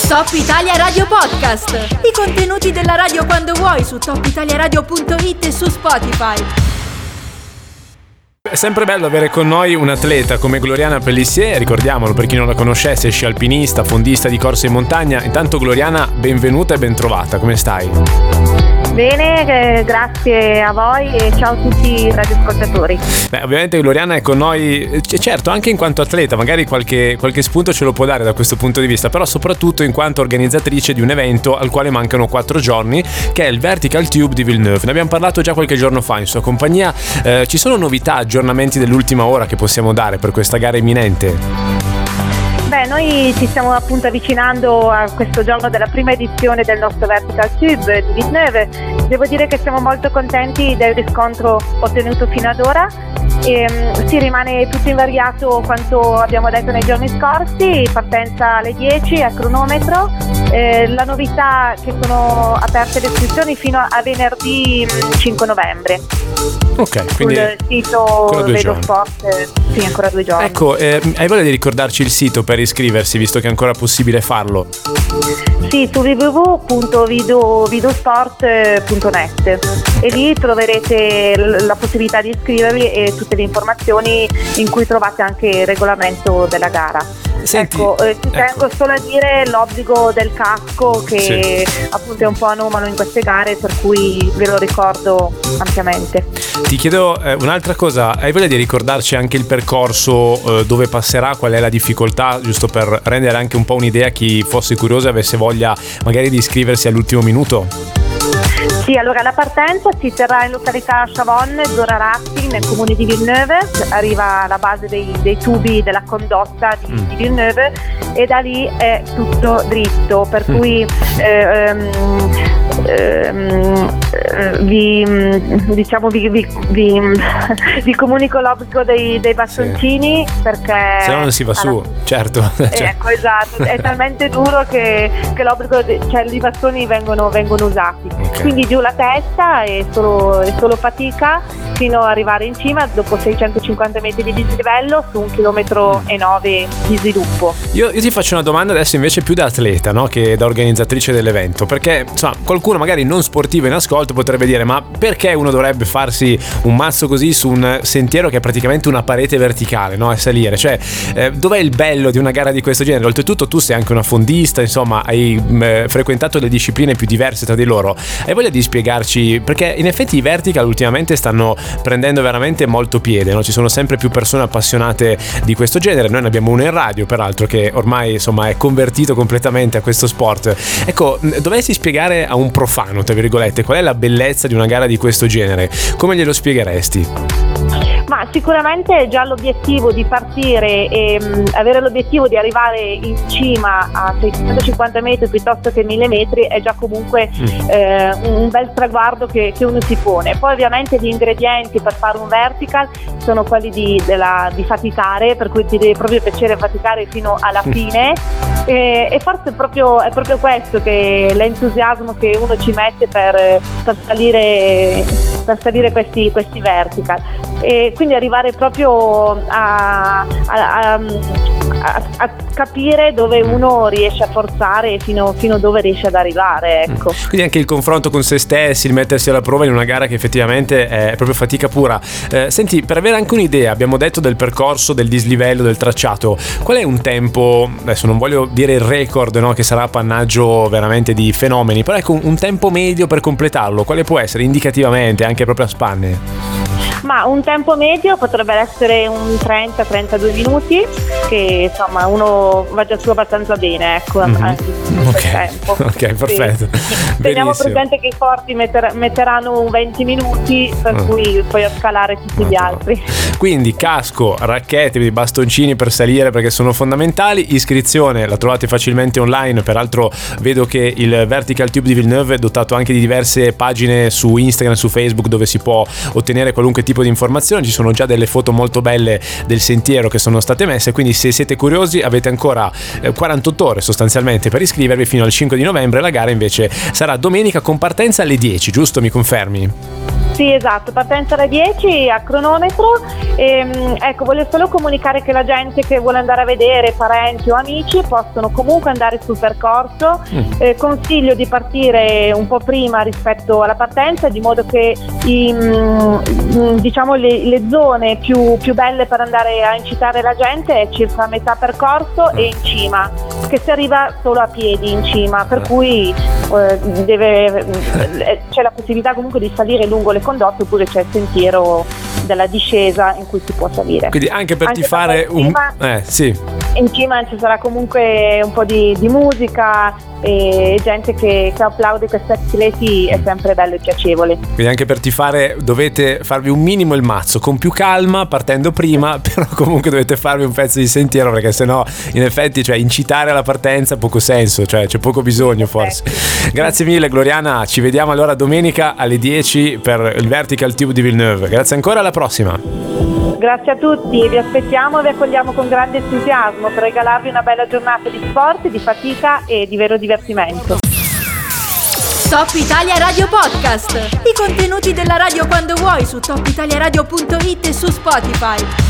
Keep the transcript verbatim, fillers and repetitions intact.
Top Italia Radio Podcast. I contenuti della radio quando vuoi su top italia radio punto it e su Spotify. È sempre bello avere con noi un atleta come Gloriana Pellissier, ricordiamolo per chi non la conoscesse, sci alpinista, fondista di corse in montagna. Intanto Gloriana, benvenuta e ben trovata, come stai? Bene, eh, grazie a voi e ciao a tutti i radioascoltatori. Beh, ovviamente Gloriana è con noi, c- certo, anche in quanto atleta, magari qualche, qualche spunto ce lo può dare da questo punto di vista, però soprattutto in quanto organizzatrice di un evento al quale mancano quattro giorni, che è il Vertical Tube di Villeneuve. Ne abbiamo parlato già qualche giorno fa in sua compagnia. Eh, ci sono novità, aggiornamenti dell'ultima ora che possiamo dare per questa gara imminente? Beh, noi ci stiamo appunto avvicinando a questo giorno della prima edizione del nostro Vertical Tube di Villeneuve. Devo dire che siamo molto contenti del riscontro ottenuto fino ad ora. E, um, si rimane tutto invariato quanto abbiamo detto nei giorni scorsi, partenza alle dieci a cronometro. Eh, la novità è che sono aperte le iscrizioni fino a venerdì cinque novembre. Ok, quindi sul sito Vedo Sport, eh, sì, ancora due giorni. Ecco, eh, hai voglia di ricordarci il sito per iscriversi, visto che è ancora possibile farlo? Sì, su w w w punto videosport punto net e lì troverete l- la possibilità di iscrivervi e tutte le informazioni, in cui trovate anche il regolamento della gara. Senti, ecco, eh, ci ecco. tengo solo a dire l'obbligo del casco, che sì, appunto è un po' anomalo in queste gare, per cui ve lo ricordo ampiamente. Ti chiedo eh, un'altra cosa, hai voglia di ricordarci anche il percorso, eh, dove passerà, qual è la difficoltà, giusto per rendere anche un po' un'idea a chi fosse curioso e avesse voglia magari di iscriversi all'ultimo minuto? Sì, allora la partenza si terrà in località Chavon, Zoraratti, nel comune di Villeneuve, arriva alla base dei, dei tubi della condotta di, mm. di Villeneuve, e da lì è tutto dritto, per mm. cui eh, um, ehm, vi, diciamo, vi, vi, vi, vi comunico l'obbligo dei, dei bastoncini, sì, perché se no non si va su, certo. Eh, ecco, esatto, è talmente duro che, che l'obbligo de, cioè i bastoni vengono, vengono usati, okay. Quindi giù la testa è solo, è solo fatica fino ad arrivare in cima dopo seicentocinquanta metri di dislivello su un chilometro e nove di sviluppo. Io, io ti faccio una domanda adesso invece più da atleta, no? Che da organizzatrice dell'evento, perché insomma qualcuno magari non sportivo in ascolto potrebbe dire: ma perché uno dovrebbe farsi un mazzo così su un sentiero che è praticamente una parete verticale, no? A salire, cioè eh, dov'è il bello di una gara di questo genere? Oltretutto tu sei anche una fondista, insomma hai mh, frequentato le discipline più diverse tra di loro. Hai voglia di spiegarci, perché in effetti i vertical ultimamente stanno prendendo veramente molto piede, no? Ci sono sempre più persone appassionate di questo genere. Noi ne abbiamo uno in radio, peraltro, che ormai insomma è convertito completamente a questo sport. Ecco, dovessi spiegare a un profano, tra virgolette, qual è la bellezza di una gara di questo genere, come glielo spiegheresti? Ma sicuramente già l'obiettivo di partire e mh, avere l'obiettivo di arrivare in cima a seicentocinquanta metri piuttosto che mille metri è già comunque mm. eh, un bel traguardo che, che uno si pone. Poi ovviamente gli ingredienti per fare un vertical sono quelli di, della, di faticare, per cui ti deve proprio piacere faticare fino alla fine, e, e forse è proprio, è proprio questo, che l'entusiasmo che uno ci mette per, per salire, per salire questi, questi vertical. E quindi arrivare proprio a, a, a, a, a capire dove uno riesce a forzare fino, fino dove riesce ad arrivare, ecco. Quindi anche il confronto con se stessi, il mettersi alla prova in una gara che effettivamente è proprio fatica pura. Eh, senti, per avere anche un'idea, abbiamo detto del percorso, del dislivello, del tracciato, qual è un tempo, adesso non voglio dire il record, no, che sarà appannaggio veramente di fenomeni, però ecco un tempo medio per completarlo, quale può essere indicativamente, anche proprio a spanne? Ma un tempo medio potrebbe essere un trenta trentadue minuti, che insomma uno va già su abbastanza bene, ecco, mm-hmm. anche in okay. tempo. Ok, perfetto. Sì. Teniamo presente che i forti metter- metteranno un venti minuti, per mm. cui poi a scalare tutti no, gli altri. Quindi casco, racchette, bastoncini per salire perché sono fondamentali. Iscrizione la trovate facilmente online, peraltro vedo che il Vertical Tube di Villeneuve è dotato anche di diverse pagine su Instagram, su Facebook, dove si può ottenere qualunque tipo di informazioni. Ci sono già delle foto molto belle del sentiero che sono state messe, quindi se siete curiosi avete ancora quarantotto ore sostanzialmente per iscrivervi fino al cinque di novembre. La gara invece sarà domenica con partenza alle dieci, giusto? Mi confermi? Sì, esatto, partenza alle dieci a cronometro. E, ecco, voglio solo comunicare che la gente che vuole andare a vedere, parenti o amici, possono comunque andare sul percorso. Mm. Eh, consiglio di partire un po' prima rispetto alla partenza, di modo che i, mh, diciamo le, le zone più, più belle per andare a incitare la gente è circa a metà percorso e in cima, che si arriva solo a piedi in cima, per cui eh, deve, c'è la possibilità comunque di salire lungo le condotte, oppure c'è il sentiero della discesa in cui si può salire. Quindi anche per anche tifare un... Cima, eh, sì. in cima ci sarà comunque un po' di, di musica e gente che, che applaude questi atleti, è sempre bello e piacevole. Quindi anche per tifare dovete farvi un minimo il mazzo, con più calma, partendo prima, però comunque dovete farvi un pezzo di sentiero, perché sennò in effetti, cioè, incitare alla partenza ha poco senso, cioè c'è poco bisogno forse. Grazie mille Gloriana, ci vediamo allora domenica alle dieci per il Vertical Tube di Villeneuve. Grazie ancora, alla prossima. Grazie a tutti, vi aspettiamo e vi accogliamo con grande entusiasmo per regalarvi una bella giornata di sport, di fatica e di vero divertimento. Top Italia Radio Podcast. I contenuti della radio quando vuoi su top italia radio punto it e su Spotify.